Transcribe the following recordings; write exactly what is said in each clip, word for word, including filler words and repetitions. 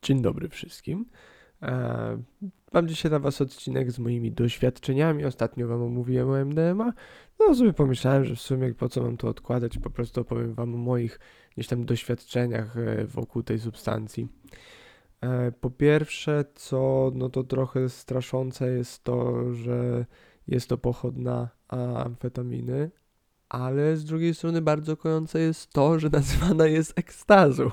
Dzień dobry wszystkim. E, Mam dzisiaj dla was odcinek z moimi doświadczeniami. Ostatnio wam omówiłem o M D M A. No sobie pomyślałem, że w sumie po co mam to odkładać, po prostu opowiem wam o moich gdzieś tam doświadczeniach e, wokół tej substancji. E, Po pierwsze, co no to trochę straszące jest to, że jest to pochodna amfetaminy, ale z drugiej strony bardzo kojące jest to, że nazywana jest ekstazą.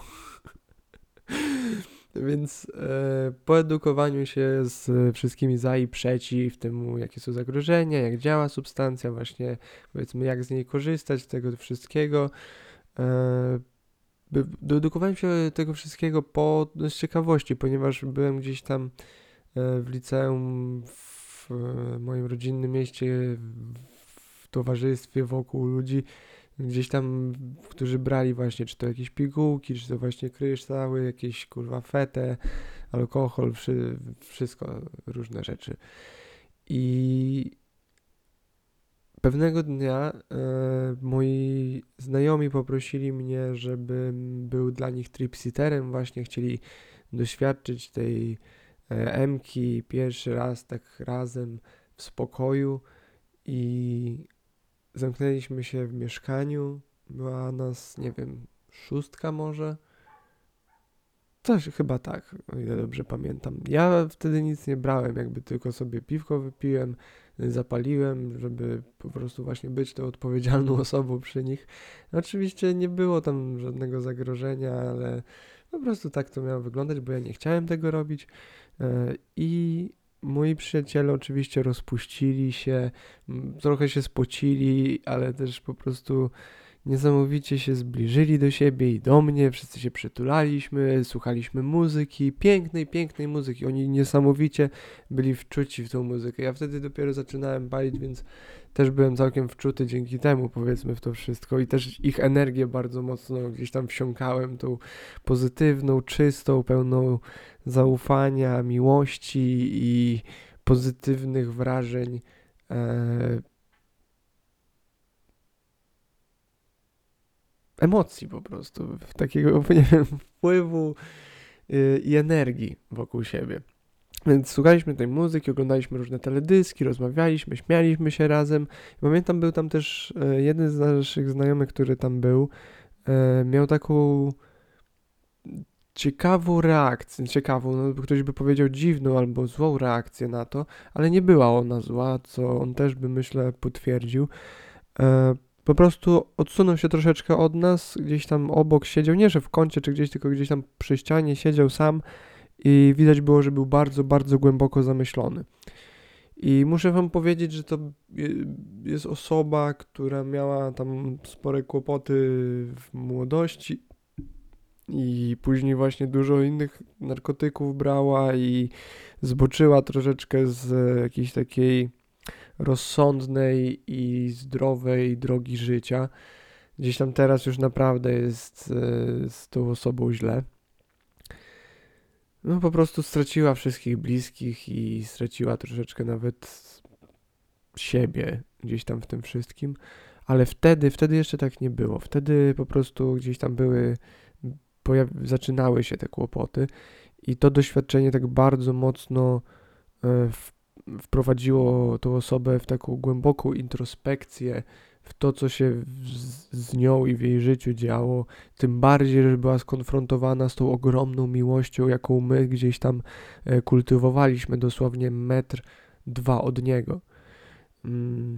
Więc e, po edukowaniu się z wszystkimi za i przeciw temu, jakie są zagrożenia, jak działa substancja, właśnie powiedzmy, jak z niej korzystać, z tego wszystkiego. E, by- doedukowałem się tego wszystkiego po z ciekawości, ponieważ byłem gdzieś tam e, w liceum, w e, moim rodzinnym mieście, w towarzystwie wokół ludzi, gdzieś tam, którzy brali właśnie, czy to jakieś pigułki, czy to właśnie kryształy, jakieś kurwa fetę, alkohol, wszy, wszystko, różne rzeczy. I pewnego dnia e, moi znajomi poprosili mnie, żebym był dla nich tripsiterem, właśnie chcieli doświadczyć tej e, emki pierwszy raz tak razem w spokoju i zamknęliśmy się w mieszkaniu. Była nas, nie wiem, szóstka może? Coś chyba tak, o ile dobrze pamiętam. Ja wtedy nic nie brałem, jakby tylko sobie piwko wypiłem, zapaliłem, żeby po prostu właśnie być tą odpowiedzialną osobą przy nich. Oczywiście nie było tam żadnego zagrożenia, ale po prostu tak to miało wyglądać, bo ja nie chciałem tego robić. E, I moi przyjaciele oczywiście rozpuścili się, m, trochę się spocili, ale też po prostu niesamowicie się zbliżyli do siebie i do mnie, wszyscy się przytulaliśmy, słuchaliśmy muzyki, pięknej, pięknej muzyki. Oni niesamowicie byli wczuci w tą muzykę. Ja wtedy dopiero zaczynałem palić, więc też byłem całkiem wczuty dzięki temu, powiedzmy, w to wszystko i też ich energię bardzo mocno gdzieś tam wsiąkałem, tą pozytywną, czystą, pełną zaufania, miłości i pozytywnych wrażeń. E, Emocji po prostu, takiego, nie wiem, wpływu yy, i energii wokół siebie. Więc słuchaliśmy tej muzyki, oglądaliśmy różne teledyski, rozmawialiśmy, śmialiśmy się razem. Pamiętam, był tam też yy, jeden z naszych znajomych, który tam był, yy, miał taką ciekawą reakcję, ciekawą, no ktoś by powiedział dziwną albo złą reakcję na to, ale nie była ona zła, co on też by, myślę, potwierdził. E, po prostu odsunął się troszeczkę od nas, gdzieś tam obok siedział, nie że w kącie czy gdzieś, tylko gdzieś tam przy ścianie siedział sam i widać było, że był bardzo, bardzo głęboko zamyślony. I muszę wam powiedzieć, że to jest osoba, która miała tam spore kłopoty w młodości i później właśnie dużo innych narkotyków brała i zboczyła troszeczkę z jakiejś takiej rozsądnej i zdrowej drogi życia. Gdzieś tam teraz już naprawdę jest e, z tą osobą źle. No po prostu straciła wszystkich bliskich i straciła troszeczkę nawet siebie gdzieś tam w tym wszystkim. Ale wtedy, wtedy jeszcze tak nie było. Wtedy po prostu gdzieś tam były, pojaw- zaczynały się te kłopoty i to doświadczenie tak bardzo mocno e, w wprowadziło tą osobę w taką głęboką introspekcję, w to, co się z, z nią i w jej życiu działo, tym bardziej, że była skonfrontowana z tą ogromną miłością, jaką my gdzieś tam e, kultywowaliśmy, dosłownie metr, dwa od niego. Mm.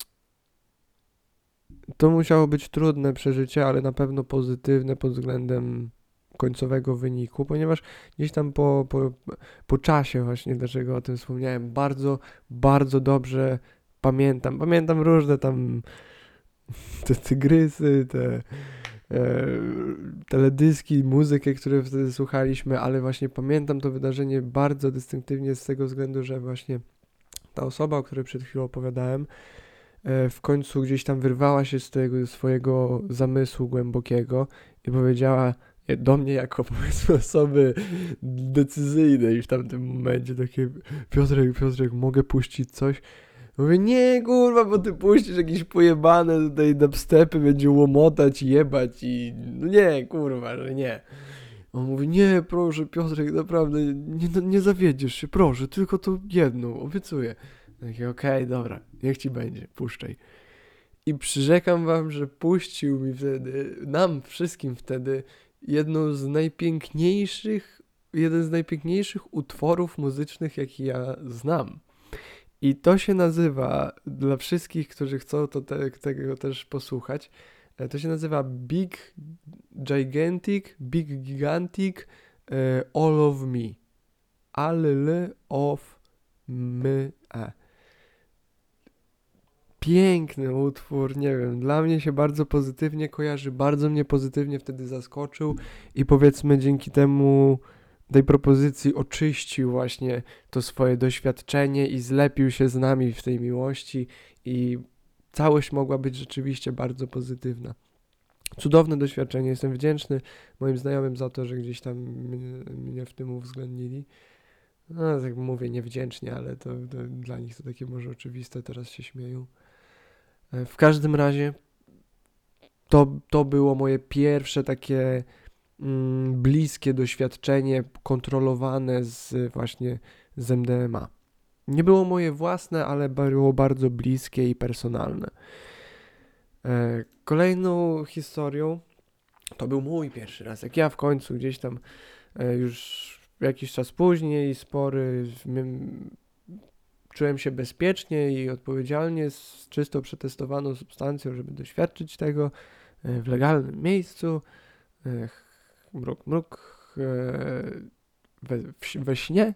To musiało być trudne przeżycie, ale na pewno pozytywne pod względem końcowego wyniku, ponieważ gdzieś tam po, po, po czasie właśnie, dlaczego o tym wspomniałem, bardzo, bardzo dobrze pamiętam. Pamiętam różne tam te tygrysy, te e, teledyski, muzykę, które wtedy słuchaliśmy, ale właśnie pamiętam to wydarzenie bardzo dystynktywnie z tego względu, że właśnie ta osoba, o której przed chwilą opowiadałem, e, w końcu gdzieś tam wyrwała się z tego swojego zamysłu głębokiego i powiedziała do mnie jako, powiedzmy, osoby decyzyjnej w tamtym momencie, takie: Piotrek, Piotrek, mogę puścić coś? Mówię: nie, kurwa, bo ty puścisz jakieś pojebane tutaj dubstepy, będzie łomotać, jebać i no nie, kurwa, że nie. On mówi, nie, proszę Piotrek, naprawdę, nie, nie zawiedziesz się, proszę, tylko to jedną, obiecuję. Takie, okej, dobra, niech ci będzie, puszczaj. I przyrzekam wam, że puścił mi wtedy, nam wszystkim wtedy, jedną z najpiękniejszych, jeden z najpiękniejszych utworów muzycznych, jaki ja znam. I to się nazywa, dla wszystkich, którzy chcą to te, tego też posłuchać, e, to się nazywa Big Gigantic, Big Gigantic e, All of Me. All of Me. E. Piękny utwór, nie wiem, dla mnie się bardzo pozytywnie kojarzy, bardzo mnie pozytywnie wtedy zaskoczył i powiedzmy dzięki temu tej propozycji oczyścił właśnie to swoje doświadczenie i zlepił się z nami w tej miłości i całość mogła być rzeczywiście bardzo pozytywna. Cudowne doświadczenie, jestem wdzięczny moim znajomym za to, że gdzieś tam mnie, mnie w tym uwzględnili. No, tak mówię niewdzięcznie, ale to, to dla nich to takie może oczywiste, teraz się śmieją. W każdym razie to, to było moje pierwsze takie mm, bliskie doświadczenie kontrolowane z właśnie z M D M A. Nie było moje własne, ale było bardzo bliskie i personalne. E, kolejną historią to był mój pierwszy raz, jak ja w końcu gdzieś tam e, już jakiś czas później, spory, m, czułem się bezpiecznie i odpowiedzialnie z czysto przetestowaną substancją, żeby doświadczyć tego e, w legalnym miejscu. E, mruk, mruk, e, we, w, we śnie.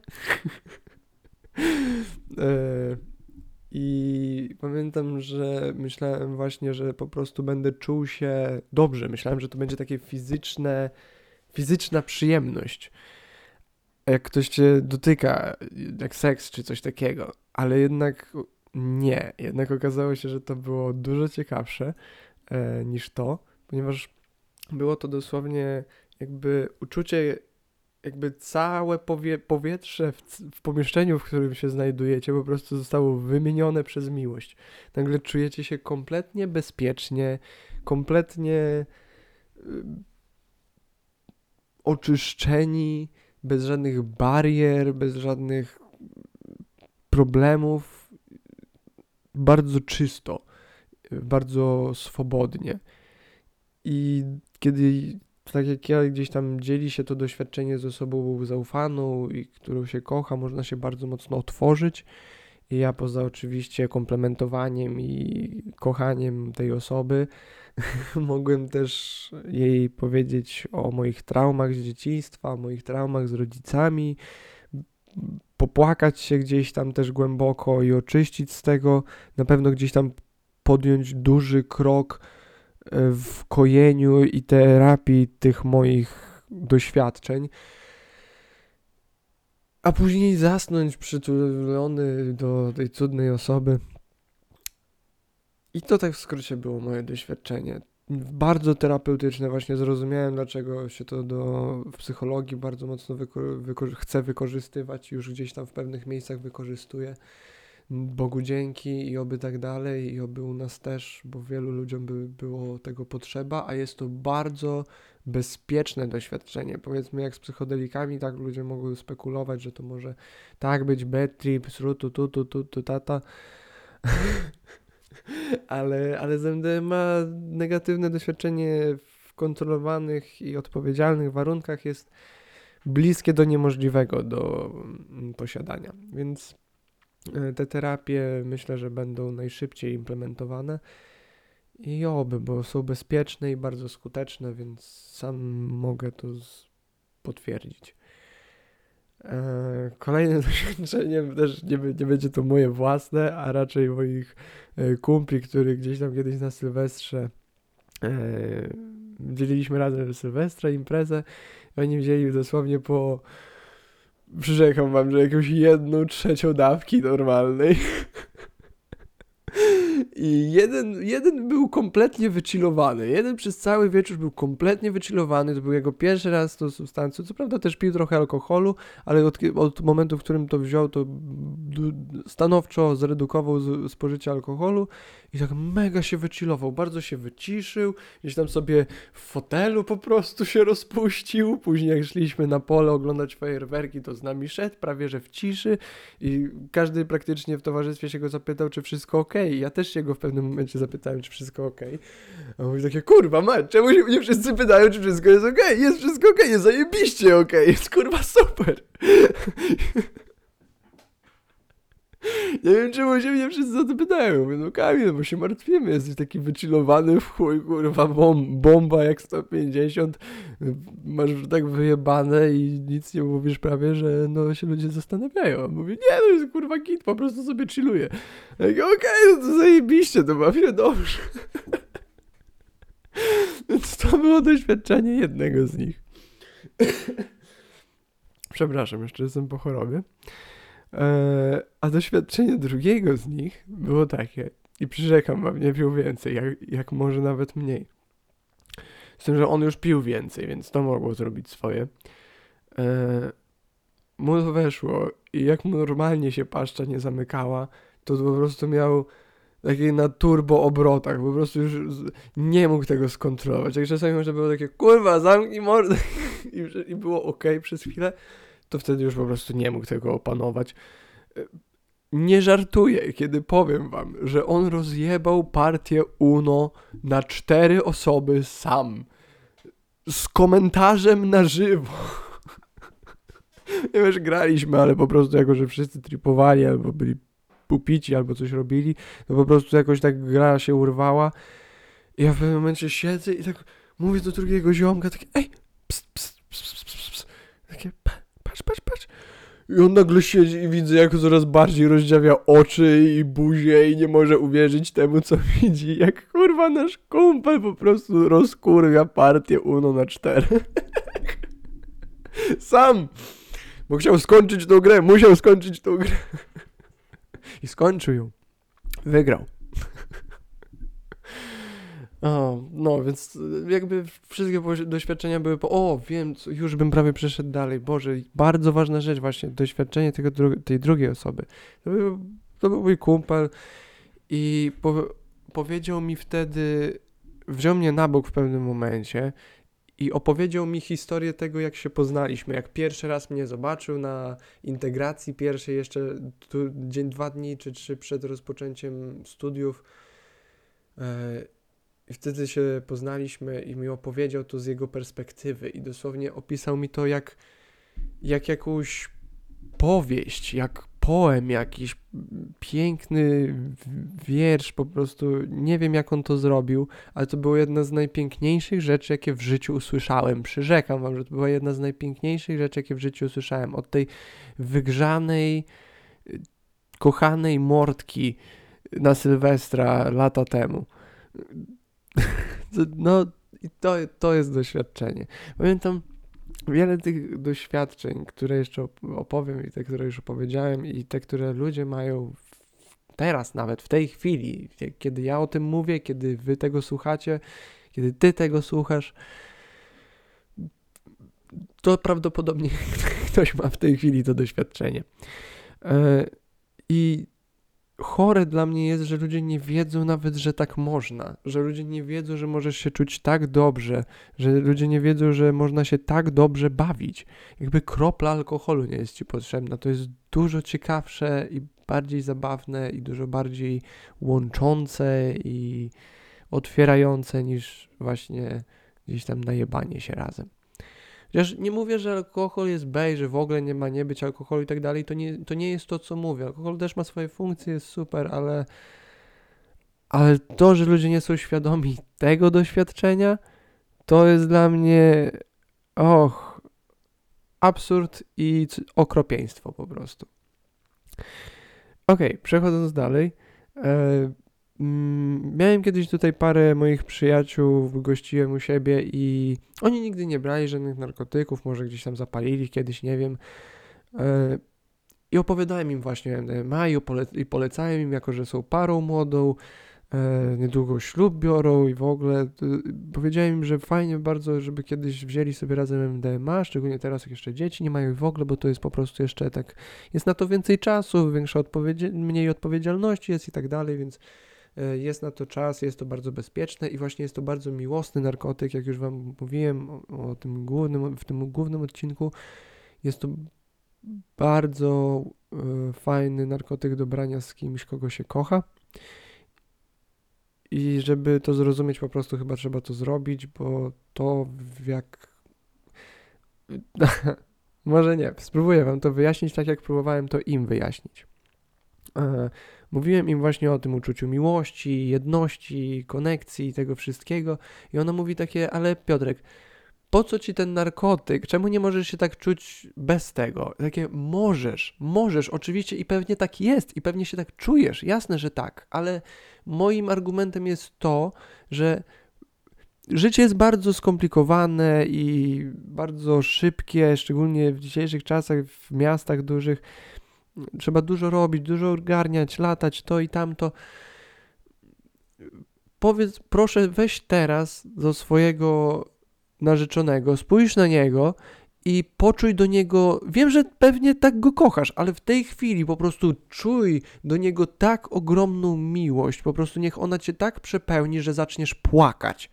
e, I pamiętam, że myślałem właśnie, że po prostu będę czuł się dobrze. Myślałem, że to będzie takie fizyczne, fizyczna przyjemność. Jak ktoś cię dotyka, jak seks czy coś takiego. Ale jednak nie. Jednak okazało się, że to było dużo ciekawsze e, niż to, ponieważ było to dosłownie jakby uczucie, jakby całe powie- powietrze w, w pomieszczeniu, w którym się znajdujecie, po prostu zostało wymienione przez miłość. Nagle czujecie się kompletnie bezpiecznie, kompletnie y, oczyszczeni, bez żadnych barier, bez żadnych problemów, bardzo czysto, bardzo swobodnie. I kiedy, tak jak ja, gdzieś tam dzieli się to doświadczenie z osobą zaufaną i którą się kocha, można się bardzo mocno otworzyć. I ja poza oczywiście komplementowaniem i kochaniem tej osoby, mogłem też jej powiedzieć o moich traumach z dzieciństwa, o moich traumach z rodzicami, popłakać się gdzieś tam też głęboko i oczyścić z tego, na pewno gdzieś tam podjąć duży krok w kojeniu i terapii tych moich doświadczeń, a później zasnąć przytulony do tej cudnej osoby. I to tak w skrócie było moje doświadczenie. Bardzo terapeutyczne, właśnie zrozumiałem, dlaczego się to do, w psychologii bardzo mocno wyko- wyko- chcę wykorzystywać, już gdzieś tam w pewnych miejscach wykorzystuję. Bogu dzięki i oby tak dalej i oby u nas też, bo wielu ludziom by było tego potrzeba, a jest to bardzo bezpieczne doświadczenie. Powiedzmy jak z psychodelikami, tak ludzie mogą spekulować, że to może tak być bad trip, srutu, tu, tu, tu, tu, tata. ale, ale z M D M A negatywne doświadczenie w kontrolowanych i odpowiedzialnych warunkach jest bliskie do niemożliwego do mm, posiadania, więc te terapie myślę, że będą najszybciej implementowane i oby, bo są bezpieczne i bardzo skuteczne, więc sam mogę to z- potwierdzić. E, Kolejne doświadczenie też nie, b- nie będzie to moje własne, a raczej moich e, kumpli, których gdzieś tam kiedyś na Sylwestrze e, dzieliliśmy razem Sylwestra, imprezę i oni wzięli dosłownie po przyrzekam wam, że jakąś jedną trzecią dawki normalnej. I jeden, jeden był kompletnie wychillowany. Jeden przez cały wieczór był kompletnie wychillowany. To był jego pierwszy raz z tą substancją. Co prawda też pił trochę alkoholu, ale od, od momentu, w którym to wziął, to stanowczo zredukował z, spożycie alkoholu i tak mega się wychillował. Bardzo się wyciszył. Gdzieś tam sobie w fotelu po prostu się rozpuścił. Później jak szliśmy na pole oglądać fajerwerki, to z nami szedł prawie że w ciszy i każdy praktycznie w towarzystwie się go zapytał, czy wszystko okej. Okay. Ja też się go w pewnym momencie zapytałem, czy wszystko okej. Okay. A on mówi takie, kurwa mać, czemu się mnie wszyscy pytają, czy wszystko jest okej? Okay? Jest wszystko okej, okay, jest zajebiście okej, okay. Jest kurwa super. Nie wiem, czemu się mnie wszyscy o to pytają. Mówię, no Kamil, bo się martwimy, jesteś taki wychillowany w chuj, kurwa, bom, bomba jak sto pięćdziesiąt, masz tak wyjebane i nic nie mówisz prawie, że no się ludzie zastanawiają. Mówię, nie, no jest kurwa git, po prostu sobie chilluję. Okej, okay, no to zajebiście, to bawię dobrze. Więc to było doświadczenie jednego z nich. Przepraszam, jeszcze jestem po chorobie. Eee, a doświadczenie drugiego z nich było takie, i przyrzekam wam, nie pił więcej, jak, jak może nawet mniej. Z tym, że on już pił więcej, więc to mogło zrobić swoje. Eee, mu weszło i jak mu normalnie się paszcza nie zamykała, to po prostu miał takie na turbo obrotach, po prostu już nie mógł tego skontrolować. Jak czasami może było takie, kurwa, zamknij mordę i, i było okej przez chwilę, to wtedy już po prostu nie mógł tego opanować. Nie żartuję, kiedy powiem wam, że on rozjebał partię Uno na cztery osoby sam. Z komentarzem na żywo. Nie wiesz, graliśmy, ale po prostu jako, że wszyscy tripowali albo byli upici, albo coś robili, to po prostu jakoś tak gra się urwała. I ja w pewnym momencie siedzę i tak mówię do drugiego ziomka, takie ej, pst, pst, pst, pst, pst, pst. Takie patrz, patrz, patrz. I on nagle siedzi i widzę, jak coraz bardziej rozdziawia oczy i buzię i nie może uwierzyć temu, co widzi. Jak kurwa nasz kumpel po prostu rozkurwia partię Uno na cztery. Sam! Bo chciał skończyć tą grę, musiał skończyć tą grę. I skończył ją. Wygrał. O, no, więc jakby wszystkie doświadczenia były po... O, wiem, już bym prawie przeszedł dalej. Boże, bardzo ważna rzecz właśnie, doświadczenie tego dru- tej drugiej osoby. To był, to był mój kumpel i po- powiedział mi wtedy... Wziął mnie na bok w pewnym momencie i opowiedział mi historię tego, jak się poznaliśmy, jak pierwszy raz mnie zobaczył na integracji pierwszej, jeszcze tu, dzień, dwa dni czy trzy przed rozpoczęciem studiów. E, I wtedy się poznaliśmy i mi opowiedział to z jego perspektywy i dosłownie opisał mi to jak, jak jakąś powieść, jak poem, jakiś piękny wiersz, po prostu nie wiem jak on to zrobił, ale to była jedna z najpiękniejszych rzeczy, jakie w życiu usłyszałem. Przyrzekam wam, że to była jedna z najpiękniejszych rzeczy, jakie w życiu usłyszałem. Od tej wygrzanej, kochanej mordki na Sylwestra lata temu. No i to, to jest doświadczenie. Pamiętam wiele tych doświadczeń, które jeszcze opowiem i te, które już opowiedziałem i te, które ludzie mają teraz nawet, w tej chwili, kiedy ja o tym mówię, kiedy wy tego słuchacie, kiedy ty tego słuchasz, to prawdopodobnie ktoś ma w tej chwili to doświadczenie. I chore dla mnie jest, że ludzie nie wiedzą nawet, że tak można, że ludzie nie wiedzą, że możesz się czuć tak dobrze, że ludzie nie wiedzą, że można się tak dobrze bawić. Jakby kropla alkoholu nie jest ci potrzebna. To jest dużo ciekawsze i bardziej zabawne i dużo bardziej łączące i otwierające niż właśnie gdzieś tam najebanie się razem. Chociaż nie mówię, że alkohol jest bej, że w ogóle nie ma nie być alkoholu i tak dalej, to nie, to nie jest to, co mówię. Alkohol też ma swoje funkcje, jest super, ale, ale to, że ludzie nie są świadomi tego doświadczenia, to jest dla mnie, och, absurd i okropieństwo po prostu. Okej, okay, przechodząc dalej, e, miałem kiedyś tutaj parę moich przyjaciół, gościłem u siebie i oni nigdy nie brali żadnych narkotyków, może gdzieś tam zapalili kiedyś, nie wiem. I opowiadałem im właśnie o M D M A i, pole- i polecałem im, jako że są parą młodą, e, niedługo ślub biorą i w ogóle to, powiedziałem im, że fajnie bardzo, żeby kiedyś wzięli sobie razem M D M A, szczególnie teraz jak jeszcze dzieci nie mają i w ogóle, bo to jest po prostu jeszcze tak, jest na to więcej czasu, większa odpowiedzi- mniej odpowiedzialności jest i tak dalej, więc e, jest na to czas, jest to bardzo bezpieczne i właśnie jest to bardzo miłosny narkotyk, jak już wam mówiłem o, o tym głównym, w tym głównym odcinku, jest to bardzo e, fajny narkotyk do brania z kimś, kogo się kocha. I żeby to zrozumieć, po prostu chyba trzeba to zrobić, bo to w jak... Może nie, spróbuję wam to wyjaśnić tak, jak próbowałem to im wyjaśnić. E, mówiłem im właśnie o tym uczuciu miłości, jedności, konekcji i tego wszystkiego i ona mówi takie, ale Piotrek, po co ci ten narkotyk? Czemu nie możesz się tak czuć bez tego? Takie, możesz, możesz, oczywiście i pewnie tak jest i pewnie się tak czujesz, jasne, że tak, ale moim argumentem jest to, że życie jest bardzo skomplikowane i bardzo szybkie, szczególnie w dzisiejszych czasach, w miastach dużych. Trzeba dużo robić, dużo ogarniać, latać, to i tamto. Powiedz, proszę, weź teraz do swojego narzeczonego, spójrz na niego i poczuj do niego, wiem, że pewnie tak go kochasz, ale w tej chwili po prostu czuj do niego tak ogromną miłość, po prostu niech ona cię tak przepełni, że zaczniesz płakać.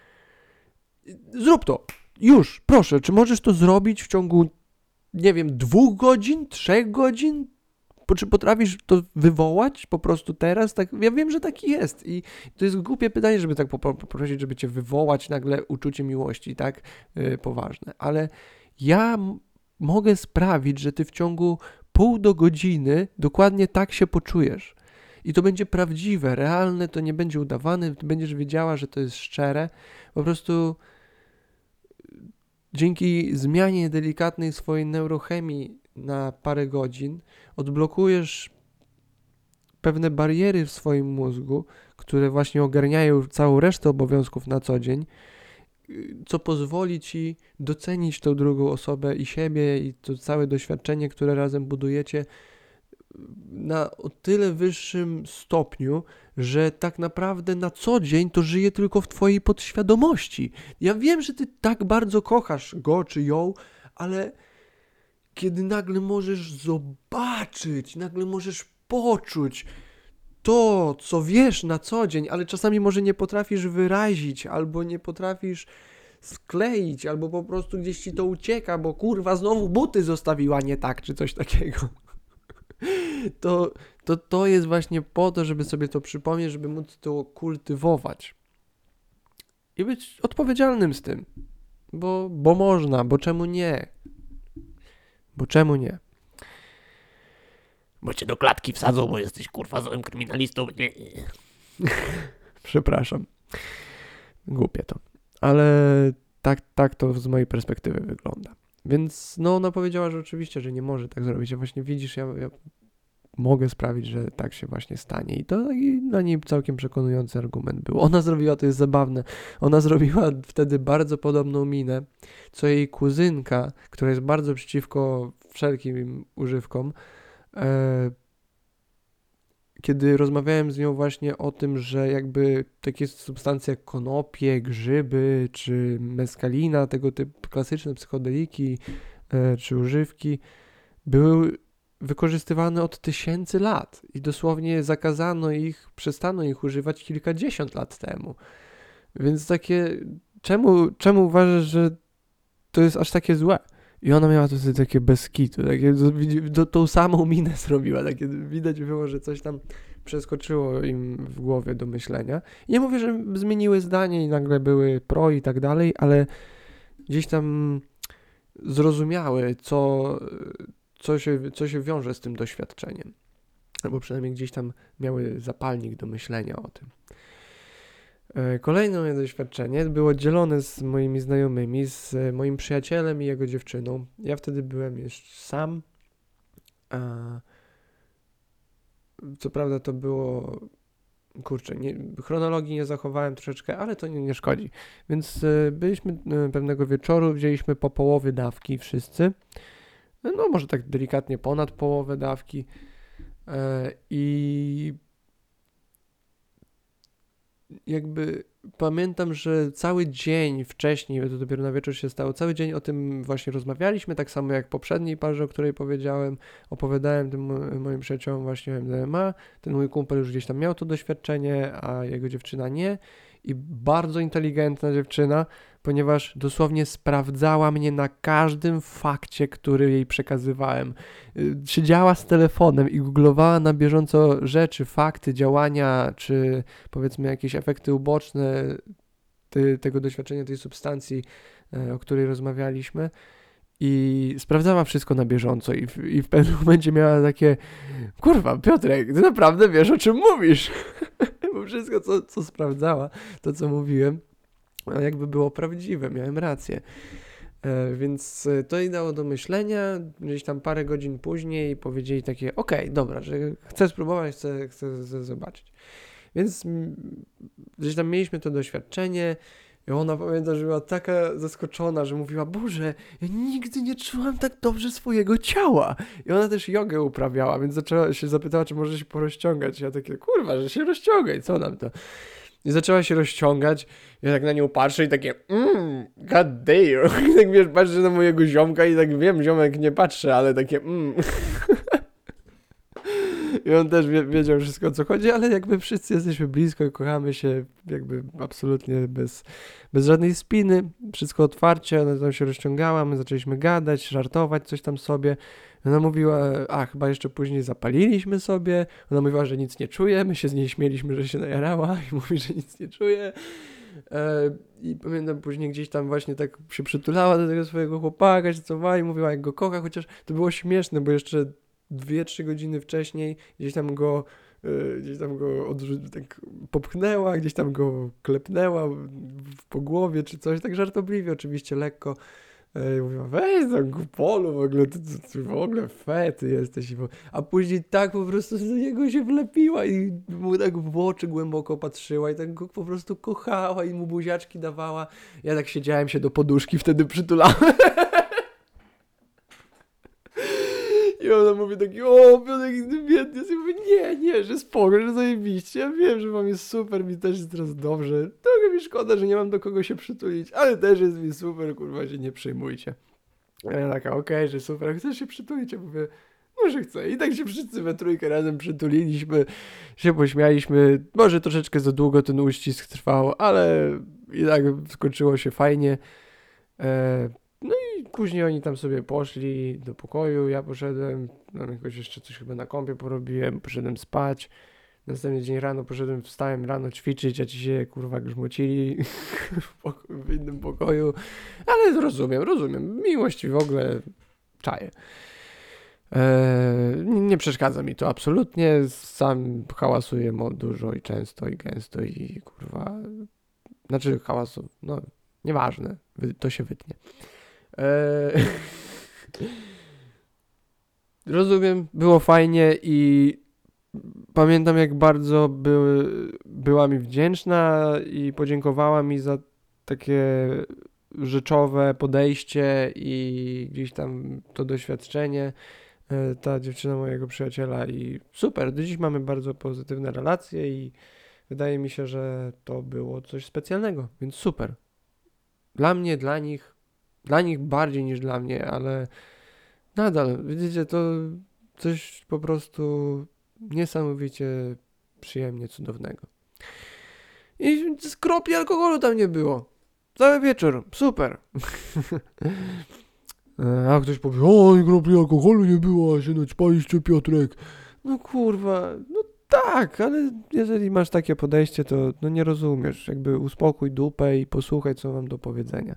Zrób to, już, proszę, czy możesz to zrobić w ciągu, nie wiem, dwóch godzin, trzech godzin? Czy potrafisz to wywołać po prostu teraz? Tak, ja wiem, że tak jest i to jest głupie pytanie, żeby tak poprosić, żeby cię wywołać nagle uczucie miłości, tak yy, poważne, ale ja m- mogę sprawić, że ty w ciągu pół do godziny dokładnie tak się poczujesz i to będzie prawdziwe, realne, to nie będzie udawane, ty będziesz wiedziała, że to jest szczere, po prostu dzięki zmianie delikatnej swojej neurochemii na parę godzin odblokujesz pewne bariery w swoim mózgu, które właśnie ogarniają całą resztę obowiązków na co dzień, co pozwoli ci docenić tą drugą osobę i siebie i to całe doświadczenie, które razem budujecie na o tyle wyższym stopniu, że tak naprawdę na co dzień to żyje tylko w twojej podświadomości. Ja wiem, że ty tak bardzo kochasz go czy ją, ale kiedy nagle możesz zobaczyć, nagle możesz poczuć to, co wiesz na co dzień, ale czasami może nie potrafisz wyrazić, albo nie potrafisz skleić, albo po prostu gdzieś ci to ucieka, bo kurwa znowu buty zostawiła nie tak, czy coś takiego. To, to, to jest właśnie po to, żeby sobie to przypomnieć, żeby móc to kultywować. I być odpowiedzialnym z tym. Bo, bo można, bo czemu nie? Bo czemu nie? Bo cię do klatki wsadzą, bo jesteś kurwa złym kryminalistą. Przepraszam. Głupie to. Ale tak, tak to z mojej perspektywy wygląda. Więc no ona powiedziała, że oczywiście, że nie może tak zrobić. A właśnie widzisz, ja, ja mogę sprawić, że tak się właśnie stanie. I to i dla niej całkiem przekonujący argument był. Ona zrobiła, to jest zabawne, ona zrobiła wtedy bardzo podobną minę, co jej kuzynka, która jest bardzo przeciwko wszelkim używkom, e, kiedy rozmawiałem z nią właśnie o tym, że jakby takie substancje jak konopie, grzyby, czy meskalina, tego typu klasyczne psychodeliki, e, czy używki, były wykorzystywane od tysięcy lat i dosłownie zakazano ich, przestano ich używać kilkadziesiąt lat temu. Więc takie, czemu, czemu uważasz, że to jest aż takie złe? I ona miała tutaj takie bez kitu, takie, do, tą samą minę zrobiła, takie widać było, że coś tam przeskoczyło im w głowie do myślenia. I nie mówię, że zmieniły zdanie i nagle były pro i tak dalej, ale gdzieś tam zrozumiały, co, co, się, co się wiąże z tym doświadczeniem. Albo przynajmniej gdzieś tam miały zapalnik do myślenia o tym. Kolejne moje doświadczenie było dzielone z moimi znajomymi, z moim przyjacielem i jego dziewczyną. Ja wtedy byłem jeszcze sam. Co prawda to było... Kurczę, nie, chronologii nie zachowałem troszeczkę, ale to nie, nie szkodzi. Więc byliśmy pewnego wieczoru, wzięliśmy po połowie dawki wszyscy. No może tak delikatnie ponad połowę dawki. I jakby pamiętam, że cały dzień wcześniej, bo to dopiero na wieczór się stało, cały dzień o tym właśnie rozmawialiśmy, tak samo jak poprzedniej parze, o której powiedziałem, opowiadałem tym mo- moim przyjaciołom właśnie o M D M A, ten mój kumpel już gdzieś tam miał to doświadczenie, a jego dziewczyna nie i bardzo inteligentna dziewczyna, ponieważ dosłownie sprawdzała mnie na każdym fakcie, który jej przekazywałem. Y, Siedziała z telefonem i googlowała na bieżąco rzeczy, fakty, działania, czy powiedzmy jakieś efekty uboczne ty, tego doświadczenia, tej substancji, e, o której rozmawialiśmy i sprawdzała wszystko na bieżąco i w, i w pewnym momencie miała takie kurwa, Piotrek, ty naprawdę wiesz, o czym mówisz, bo wszystko, co, co sprawdzała, to, co mówiłem, a jakby było prawdziwe, miałem rację. E, więc e, to jej dało do myślenia. Gdzieś tam parę godzin później powiedzieli takie, okej, dobra, że chcę spróbować, chcę, chcę, chcę zobaczyć. Więc mm, gdzieś tam mieliśmy to doświadczenie i ona, pamiętam, że była taka zaskoczona, że mówiła, Boże, ja nigdy nie czułam tak dobrze swojego ciała. I ona też jogę uprawiała, więc zaczęła się zapytała, czy może się porozciągać. Ja takie, kurwa, że się rozciągaj, co nam to? I zaczęła się rozciągać, ja tak na nią patrzę i takie mmm, god damn. I tak wiesz, patrzę na mojego ziomka i tak wiem, ziomek nie patrzy, ale takie mmm. I on też wie, wiedział wszystko, o co chodzi, ale jakby wszyscy jesteśmy blisko i kochamy się jakby absolutnie bez, bez żadnej spiny, wszystko otwarcie, ona tam się rozciągała, my zaczęliśmy gadać, żartować coś tam sobie. Ona mówiła, a chyba jeszcze później zapaliliśmy sobie, ona mówiła, że nic nie czuje, my się z niej śmieliśmy, że się najarała i mówi, że nic nie czuje. E, I pamiętam później gdzieś tam właśnie tak się przytulała do tego swojego chłopaka, się cofała i mówiła, jak go kocha, chociaż to było śmieszne, bo jeszcze dwie, trzy godziny wcześniej gdzieś tam go y, gdzieś tam go odrzu- tak popchnęła, gdzieś tam go klepnęła w, w, po głowie czy coś, tak żartobliwie oczywiście, lekko. Y, mówiła, weź tam kupolu w ogóle, ty, ty, ty w ogóle fe, ty jesteś. I po- A później tak po prostu do niego się wlepiła i mu tak w oczy głęboko patrzyła i tak go po prostu kochała i mu buziaczki dawała. Ja tak siedziałem się do poduszki, wtedy przytulałem. I ona mówi taki, o, Piotrek, ty biedny jest. Ja mówię, nie, nie, że spoko, że zajebiście. Ja wiem, że wam jest super, mi też jest teraz dobrze. Trochę mi szkoda, że nie mam do kogo się przytulić, ale też jest mi super, kurwa, się nie przejmujcie. A ja taka, okej, że super, chcesz się przytulić? Ja mówię, może chcę. I tak się wszyscy we trójkę razem przytuliliśmy, się pośmialiśmy. Może troszeczkę za długo ten uścisk trwał, ale i tak skończyło się fajnie. E, no i później oni tam sobie poszli do pokoju, ja poszedłem, tam jakoś jeszcze coś chyba na kąpie porobiłem, poszedłem spać. Następny dzień rano poszedłem, wstałem rano ćwiczyć, a ci się kurwa grzmocili w, poko- w innym pokoju. Ale rozumiem, rozumiem. Miłość w ogóle czaję. Eee, nie nie przeszkadza mi to absolutnie. Sam hałasuję mo- dużo i często i gęsto i kurwa. Znaczy hałasu, no nieważne, wy- to się wytnie. Eee, rozumiem, było fajnie i pamiętam, jak bardzo by, była mi wdzięczna i podziękowała mi za takie rzeczowe podejście i gdzieś tam to doświadczenie, e, ta dziewczyna mojego przyjaciela i super, do dziś mamy bardzo pozytywne relacje i wydaje mi się, że to było coś specjalnego, więc super. Dla mnie, dla nich, dla nich bardziej niż dla mnie, ale nadal, widzicie, to coś po prostu niesamowicie przyjemnie cudownego. I z kropli alkoholu tam nie było. Cały wieczór, super. E, A ktoś powie, oj, kropli alkoholu nie było, a się naćpaliście, Piotrek. No kurwa, no tak, ale jeżeli masz takie podejście, to no nie rozumiesz. Jakby uspokój dupę i posłuchaj, co mam do powiedzenia.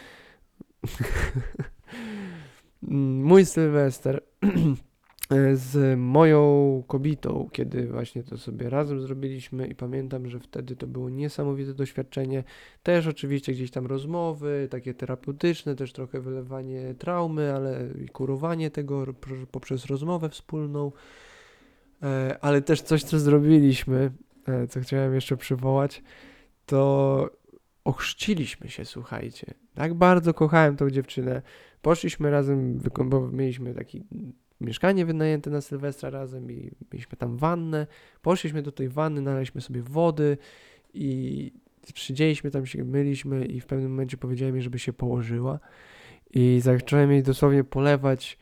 Mm, Mój Sylwester z moją kobietą, kiedy właśnie to sobie razem zrobiliśmy i pamiętam, że wtedy to było niesamowite doświadczenie. Też oczywiście gdzieś tam rozmowy, takie terapeutyczne, też trochę wylewanie traumy, ale i kurowanie tego r- poprzez rozmowę wspólną. E, ale też coś, co zrobiliśmy, e, co chciałem jeszcze przywołać, to ochrzciliśmy się, słuchajcie. Tak bardzo kochałem tą dziewczynę. Poszliśmy razem, wyko- bo mieliśmy taki mieszkanie wynajęte na Sylwestra razem i mieliśmy tam wannę. Poszliśmy do tej wanny, naleźliśmy sobie wody i siedzieliśmy tam, się myliśmy i w pewnym momencie powiedziałem jej, żeby się położyła i zacząłem jej dosłownie polewać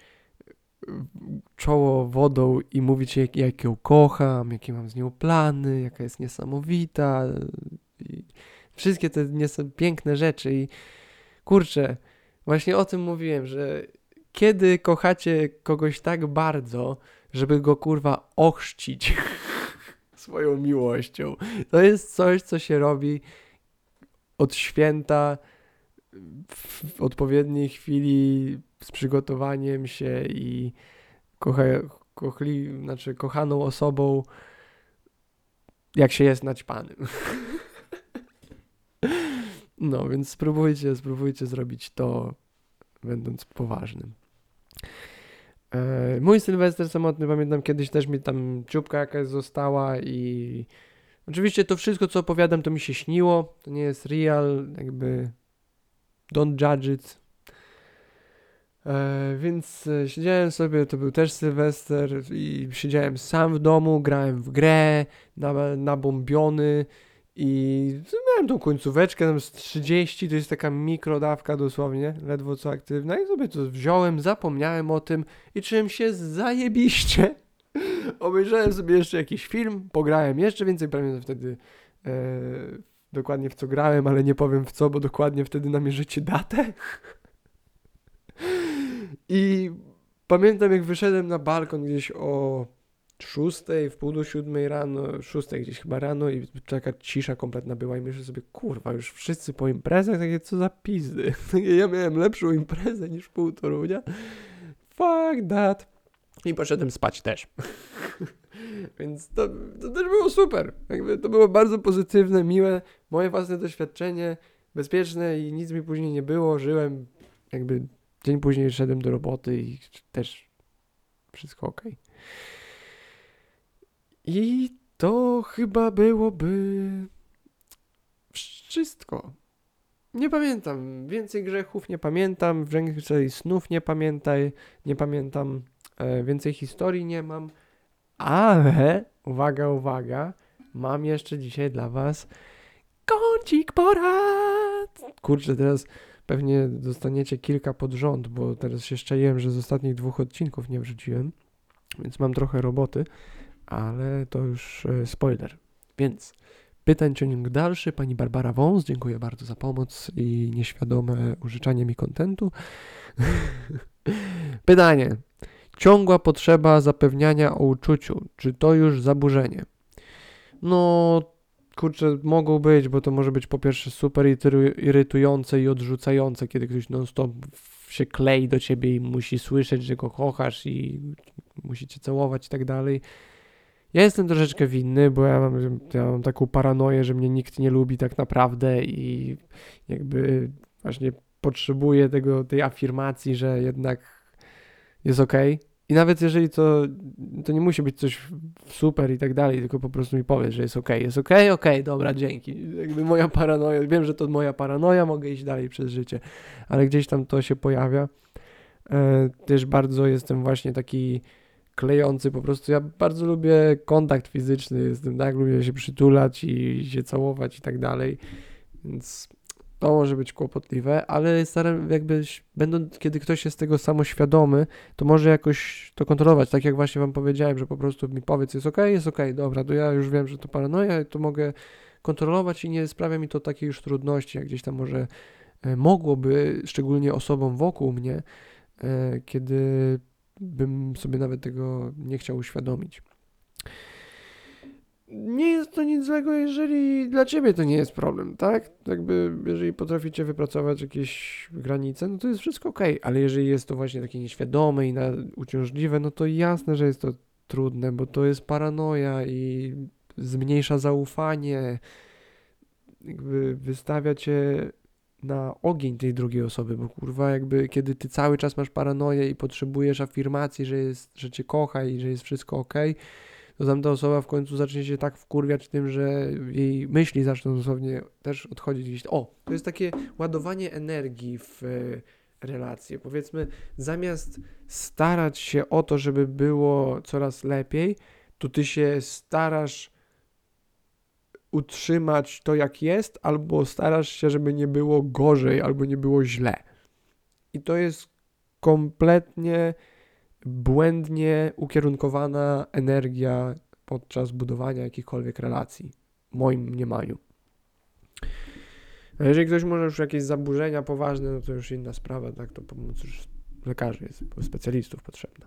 czoło wodą i mówić jak, jak ją kocham, jakie mam z nią plany, jaka jest niesamowita i wszystkie te nies- piękne rzeczy i kurczę, właśnie o tym mówiłem, że kiedy kochacie kogoś tak bardzo, żeby go kurwa ochrzcić swoją miłością, to jest coś, co się robi od święta w odpowiedniej chwili z przygotowaniem się i kocha, kochli, znaczy kochaną osobą, jak się jest naćpanym. No, więc spróbujcie, spróbujcie zrobić to, będąc poważnym. E, mój Sylwester samotny, pamiętam kiedyś też mi tam ciupka jakaś została i oczywiście to wszystko, co opowiadam, to mi się śniło, to nie jest real, jakby don't judge it. E, więc e, siedziałem sobie, to był też Sylwester i siedziałem sam w domu, grałem w grę, na, nabombiony i miałem tą końcóweczkę tam z trzydzieści, to jest taka mikrodawka dosłownie, ledwo co aktywna i sobie to wziąłem, zapomniałem o tym i czułem się zajebiście. Obejrzałem sobie jeszcze jakiś film, pograłem jeszcze więcej, pamiętam wtedy e, dokładnie w co grałem, ale nie powiem w co, bo dokładnie wtedy namierzycie datę. I pamiętam jak wyszedłem na balkon gdzieś o szóstej, w pół do siódmej rano, szóstej gdzieś chyba rano i taka cisza kompletna była i myślę sobie, kurwa, już wszyscy po imprezach, takie co za pizdy. Ja miałem lepszą imprezę niż pół Torunia. Fuck that. I poszedłem spać też. Więc to, to też było super. Jakby to było bardzo pozytywne, miłe, moje własne doświadczenie, bezpieczne i nic mi później nie było. Żyłem, jakby dzień później szedłem do roboty i też wszystko ok. I to chyba byłoby wszystko. Nie pamiętam. Więcej grzechów nie pamiętam. Więcej snów nie pamiętaj. Nie pamiętam. E, więcej historii nie mam. Ale, uwaga, uwaga, mam jeszcze dzisiaj dla was kącik porad. Kurczę, teraz pewnie dostaniecie kilka pod rząd, bo teraz się szczaiłem, że z ostatnich dwóch odcinków nie wrzuciłem, więc mam trochę roboty, ale to już e, spoiler. Więc pytań ciąg dalszy, pani Barbara Wąs, dziękuję bardzo za pomoc i nieświadome użyczanie mi kontentu. Pytanie. Ciągła potrzeba zapewniania o uczuciu. Czy to już zaburzenie? No, kurczę, mogą być, bo to może być po pierwsze super irytujące i odrzucające, kiedy ktoś non-stop się klei do ciebie i musi słyszeć, że go kochasz i musi cię całować i tak dalej. Ja jestem troszeczkę winny, bo ja mam, ja mam taką paranoję, że mnie nikt nie lubi tak naprawdę i jakby właśnie potrzebuję tego, tej afirmacji, że jednak jest okej. I nawet jeżeli to, to nie musi być coś super i tak dalej, tylko po prostu mi powiedz, że jest okej, jest okej, okej, dobra, dzięki. Jakby moja paranoja, wiem, że to moja paranoja, mogę iść dalej przez życie, ale gdzieś tam to się pojawia. E, też bardzo jestem właśnie taki klejący, po prostu ja bardzo lubię kontakt fizyczny, jestem, tak, lubię się przytulać i się całować i tak dalej, więc to może być kłopotliwe, ale staram jakby, będąc, kiedy ktoś jest tego samoświadomy, to może jakoś to kontrolować, tak jak właśnie wam powiedziałem, że po prostu mi powiedz, jest okej, jest okej, dobra, to ja już wiem, że to paranoja, to mogę kontrolować i nie sprawia mi to takiej już trudności, jak gdzieś tam może e, mogłoby, szczególnie osobom wokół mnie, e, kiedy bym sobie nawet tego nie chciał uświadomić. Nie jest to nic złego, jeżeli dla ciebie to nie jest problem, tak? Jakby, jeżeli potraficie wypracować jakieś granice, no to jest wszystko okej, ale jeżeli jest to właśnie takie nieświadome i na, uciążliwe, no to jasne, że jest to trudne, bo to jest paranoja i zmniejsza zaufanie, jakby wystawia cię na ogień tej drugiej osoby, bo kurwa jakby kiedy ty cały czas masz paranoję i potrzebujesz afirmacji, że jest, że cię kocha i że jest wszystko okej, to tamta osoba w końcu zacznie się tak wkurwiać tym, że jej myśli zaczną dosłownie też odchodzić gdzieś. O, to jest takie ładowanie energii w e, relacje. Powiedzmy, zamiast starać się o to, żeby było coraz lepiej, to ty się starasz utrzymać to jak jest, albo starasz się, żeby nie było gorzej, albo nie było źle. I to jest kompletnie błędnie ukierunkowana energia podczas budowania jakichkolwiek relacji, w moim mniemaniu. A jeżeli ktoś może już jakieś zaburzenia poważne, no to już inna sprawa, tak, to pomoc już lekarzy jest, specjalistów potrzebna.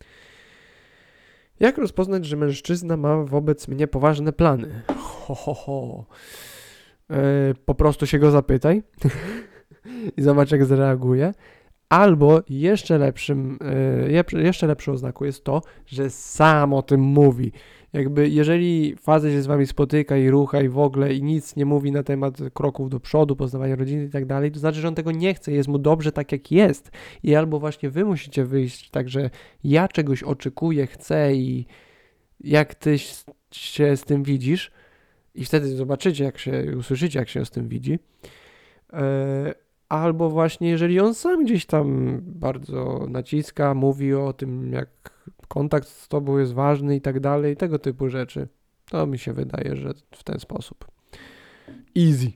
Jak rozpoznać, że mężczyzna ma wobec mnie poważne plany? Ho, ho, ho. E, po prostu się go zapytaj i zobacz, jak zareaguje. Albo jeszcze lepszym, e, jeszcze lepszą oznaką jest to, że sam o tym mówi. Jakby jeżeli facet się z wami spotyka i rucha i w ogóle i nic nie mówi na temat kroków do przodu, poznawania rodziny i tak dalej, to znaczy, że on tego nie chce, jest mu dobrze tak jak jest. I albo właśnie wy musicie wyjść tak, że ja czegoś oczekuję, chcę i jak ty się z tym widzisz i wtedy zobaczycie, jak się, usłyszycie, jak się z tym widzi. E, albo właśnie jeżeli on sam gdzieś tam bardzo naciska, mówi o tym, jak kontakt z tobą jest ważny i tak dalej, tego typu rzeczy. To mi się wydaje, że w ten sposób. Easy.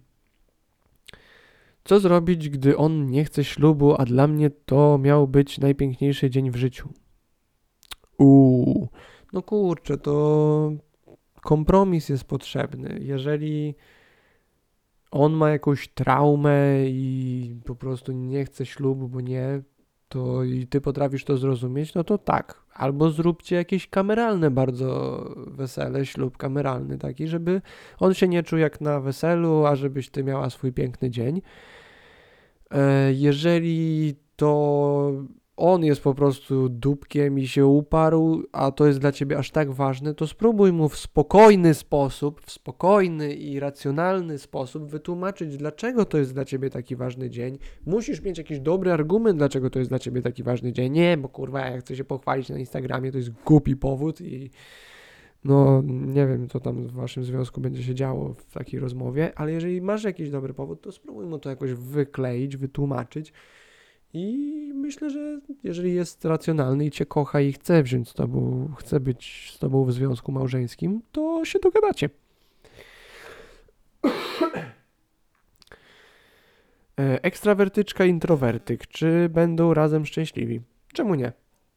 Co zrobić, gdy on nie chce ślubu, a dla mnie to miał być najpiękniejszy dzień w życiu? Uuu, no kurczę, to kompromis jest potrzebny. Jeżeli on ma jakąś traumę i po prostu nie chce ślubu, bo nie, to i ty potrafisz to zrozumieć, no to tak. Albo zróbcie jakieś kameralne bardzo wesele, ślub kameralny taki, żeby on się nie czuł jak na weselu, a żebyś ty miała swój piękny dzień. E, jeżeli to on jest po prostu dupkiem i się uparł, a to jest dla ciebie aż tak ważne, to spróbuj mu w spokojny sposób, w spokojny i racjonalny sposób wytłumaczyć, dlaczego to jest dla ciebie taki ważny dzień. Musisz mieć jakiś dobry argument, dlaczego to jest dla ciebie taki ważny dzień. Nie, bo kurwa, ja chcę się pochwalić na Instagramie, to jest głupi powód i no nie wiem, co tam w waszym związku będzie się działo w takiej rozmowie, ale jeżeli masz jakiś dobry powód, to spróbuj mu to jakoś wykleić, wytłumaczyć. I myślę, że jeżeli jest racjonalny i cię kocha i chce wziąć z tobą, chce być z tobą w związku małżeńskim, to się dogadacie. Ekstrawertyczka, introwertyk. Czy będą razem szczęśliwi? Czemu nie?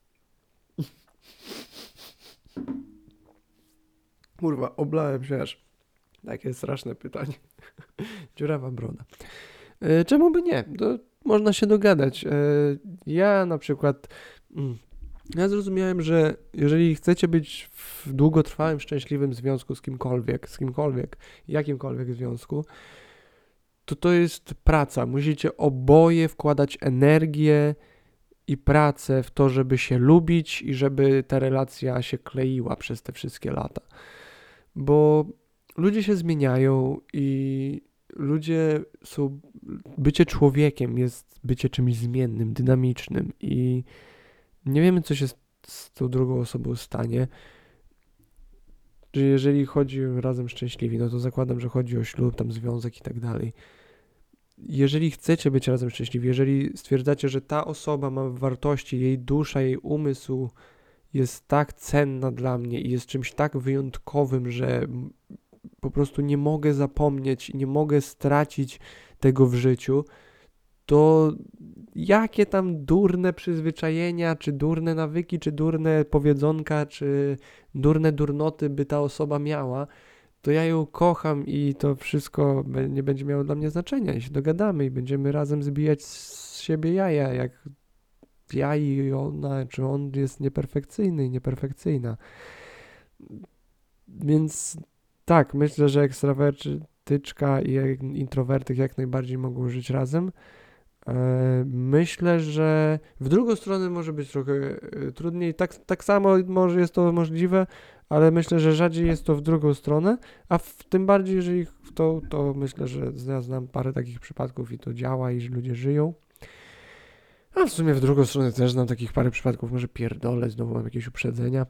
Kurwa, oblałem się aż. Takie straszne pytanie. Dziurawa broda. Czemu by nie? To można się dogadać. Ja na przykład, ja zrozumiałem, że jeżeli chcecie być w długotrwałym, szczęśliwym związku z kimkolwiek, z kimkolwiek, jakimkolwiek związku, to to jest praca. Musicie oboje wkładać energię i pracę w to, żeby się lubić i żeby ta relacja się kleiła przez te wszystkie lata. Bo ludzie się zmieniają i ludzie są, bycie człowiekiem jest bycie czymś zmiennym, dynamicznym i nie wiemy, co się z, z tą drugą osobą stanie. Że jeżeli chodzi o razem szczęśliwi, no to zakładam, że chodzi o ślub, tam związek i tak dalej. Jeżeli chcecie być razem szczęśliwi, jeżeli stwierdzacie, że ta osoba ma wartości, jej dusza, jej umysł jest tak cenna dla mnie i jest czymś tak wyjątkowym, że po prostu nie mogę zapomnieć i nie mogę stracić tego w życiu, to jakie tam durne przyzwyczajenia, czy durne nawyki, czy durne powiedzonka, czy durne durnoty by ta osoba miała, to ja ją kocham i to wszystko nie będzie miało dla mnie znaczenia. I się dogadamy i będziemy razem zbijać z siebie jaja, jak ja i ona, czy on jest nieperfekcyjny i nieperfekcyjna. Więc tak, myślę, że ekstrawertyczka i introwertyk jak najbardziej mogą żyć razem. Myślę, że w drugą stronę może być trochę trudniej. Tak, tak samo może jest to możliwe, ale myślę, że rzadziej jest to w drugą stronę, a w tym bardziej, jeżeli w to, to myślę, że ja znam parę takich przypadków i to działa i że ludzie żyją. A w sumie w drugą stronę też znam takich parę przypadków, może pierdolę, znowu mam jakieś uprzedzenia.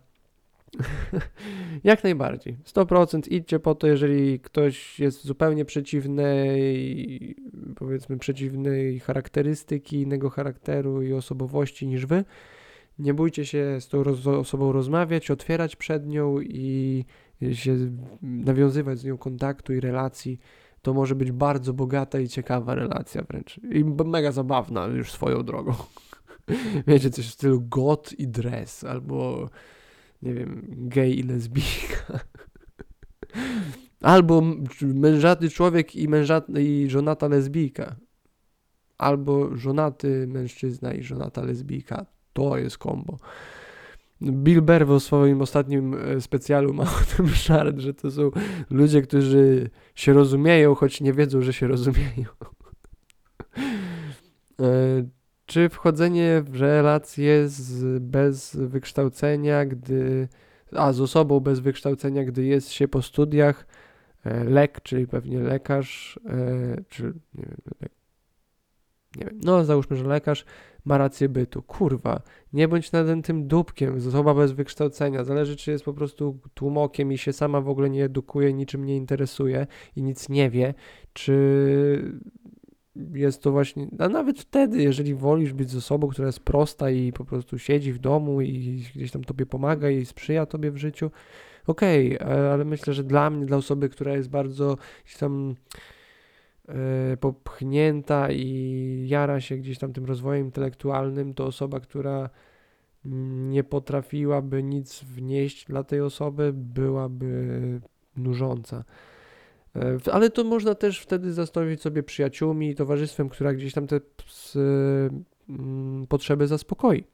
Jak najbardziej. sto procent idźcie po to, jeżeli ktoś jest zupełnie przeciwnej, powiedzmy przeciwnej charakterystyki, innego charakteru i osobowości niż wy. Nie bójcie się z tą roz- osobą rozmawiać, otwierać przed nią i się nawiązywać z nią kontaktu i relacji, to może być bardzo bogata i ciekawa relacja wręcz. I b- mega zabawna już swoją drogą. Wiecie, coś w stylu got i dress, albo nie wiem, gej i lesbijka. Albo m- mężatny człowiek i, mężat- i żonata lesbijka. Albo żonaty mężczyzna i żonata lesbijka. To jest kombo. Bill Burr w swoim ostatnim e, specjalu ma o tym żart, że to są ludzie, którzy się rozumieją, choć nie wiedzą, że się rozumieją. E, Czy wchodzenie w relacje z, bez wykształcenia, gdy, a z osobą bez wykształcenia, gdy jest się po studiach, e, lek, czyli pewnie lekarz, e, czy nie wiem, lek, nie wiem, no załóżmy, że lekarz ma rację bytu. Kurwa, nie bądź nadętym dupkiem, osoba bez wykształcenia. Zależy, czy jest po prostu tłumokiem i się sama w ogóle nie edukuje, niczym nie interesuje i nic nie wie, czy jest to właśnie, a nawet wtedy, jeżeli wolisz być z osobą, która jest prosta i po prostu siedzi w domu i gdzieś tam tobie pomaga i sprzyja tobie w życiu, okej, okay, ale myślę, że dla mnie, dla osoby, która jest bardzo gdzieś tam e, popchnięta i jara się gdzieś tam tym rozwojem intelektualnym, to osoba, która nie potrafiłaby nic wnieść dla tej osoby, byłaby nużąca. E, Ale to można też wtedy zastanowić sobie przyjaciółmi i towarzystwem, która gdzieś tam te ps, mm, potrzeby zaspokoi.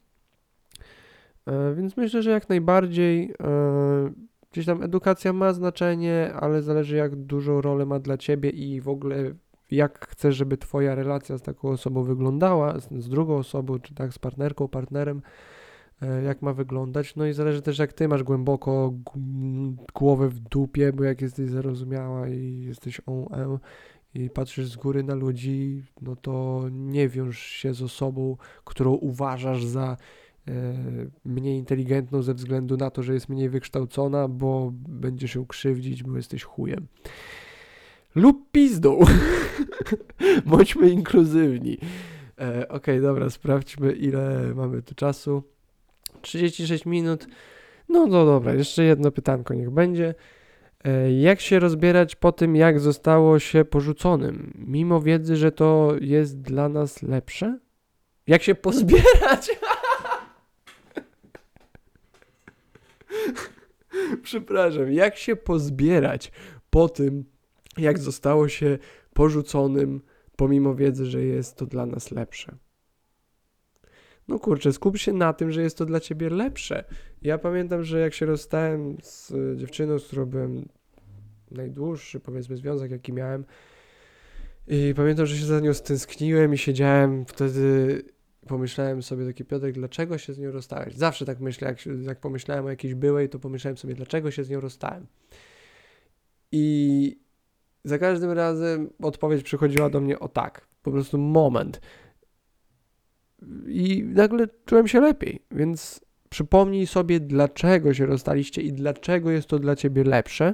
E, Więc myślę, że jak najbardziej e, gdzieś tam edukacja ma znaczenie, ale zależy jak dużą rolę ma dla ciebie i w ogóle jak chcesz, żeby twoja relacja z taką osobą wyglądała, z, z drugą osobą, czy tak z partnerką, partnerem, e, jak ma wyglądać. No i zależy też jak ty masz głęboko g- głowę w dupie, bo jak jesteś zarozumiała i jesteś on, em, i patrzysz z góry na ludzi, no to nie wiąż się z osobą, którą uważasz za e, mniej inteligentną ze względu na to, że jest mniej wykształcona, bo będziesz ją krzywdzić, bo jesteś chujem. Lub pizdą. Bądźmy inkluzywni. E, Okej, dobra, sprawdźmy ile mamy tu czasu. trzydzieści sześć minut. No, no dobra, jeszcze jedno pytanko niech będzie. E, Jak się rozbierać po tym, jak zostało się porzuconym, mimo wiedzy, że to jest dla nas lepsze? Jak się pozbierać? Przepraszam, jak się pozbierać po tym, jak zostało się porzuconym, pomimo wiedzy, że jest to dla nas lepsze? No kurczę, skup się na tym, że jest to dla ciebie lepsze. Ja pamiętam, że jak się rozstałem z dziewczyną, z którą byłem najdłuższy, powiedzmy, związek, jaki miałem, i pamiętam, że się za nią stęskniłem i siedziałem wtedy, pomyślałem sobie taki, Piotrek, dlaczego się z nią rozstałeś? Zawsze tak myślę, jak, się, jak pomyślałem o jakiejś byłej, to pomyślałem sobie, dlaczego się z nią rozstałem. I za każdym razem odpowiedź przychodziła do mnie o tak, po prostu moment. I nagle czułem się lepiej, więc przypomnij sobie, dlaczego się rozstaliście i dlaczego jest to dla ciebie lepsze.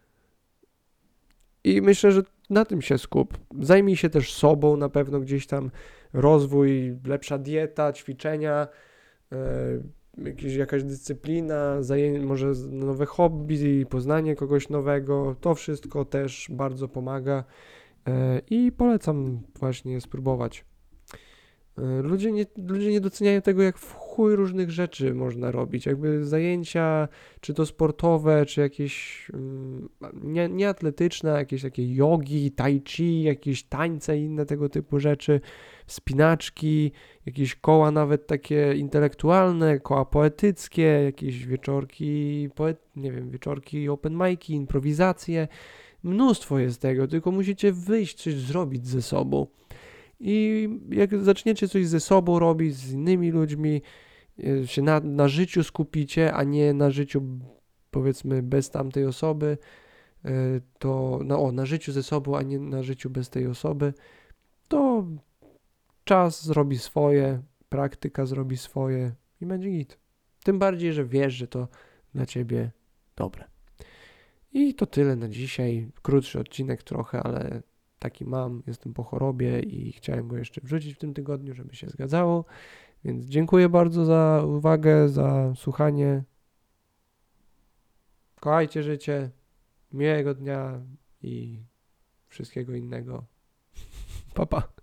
I myślę, że na tym się skup. Zajmij się też sobą, na pewno gdzieś tam rozwój, lepsza dieta, ćwiczenia, e, jakieś, jakaś dyscyplina, zaję- może nowe hobby, poznanie kogoś nowego. To wszystko też bardzo pomaga e, i polecam właśnie spróbować. E, Ludzie nie, ludzie nie doceniają tego, jak w chuj różnych rzeczy można robić. Jakby zajęcia, czy to sportowe, czy jakieś mm, nie, nie atletyczne, jakieś takie jogi, tai chi, jakieś tańce i inne tego typu rzeczy, wspinaczki, jakieś koła nawet takie intelektualne, koła poetyckie, jakieś wieczorki, poet, nie wiem, wieczorki open mic'i, improwizacje. Mnóstwo jest tego, tylko musicie wyjść, coś zrobić ze sobą. I jak zaczniecie coś ze sobą robić, z innymi ludźmi, e, się na, na życiu skupicie, a nie na życiu, powiedzmy, bez tamtej osoby, e, to no, o, na życiu ze sobą, a nie na życiu bez tej osoby, to czas zrobi swoje, praktyka zrobi swoje i będzie git. Tym bardziej, że wiesz, że to dla ciebie dobre. I to tyle na dzisiaj. Krótszy odcinek trochę, ale taki mam, jestem po chorobie i chciałem go jeszcze wrzucić w tym tygodniu, żeby się zgadzało. Więc dziękuję bardzo za uwagę, za słuchanie. kochajcie życie, miłego dnia i wszystkiego innego. Pa, pa.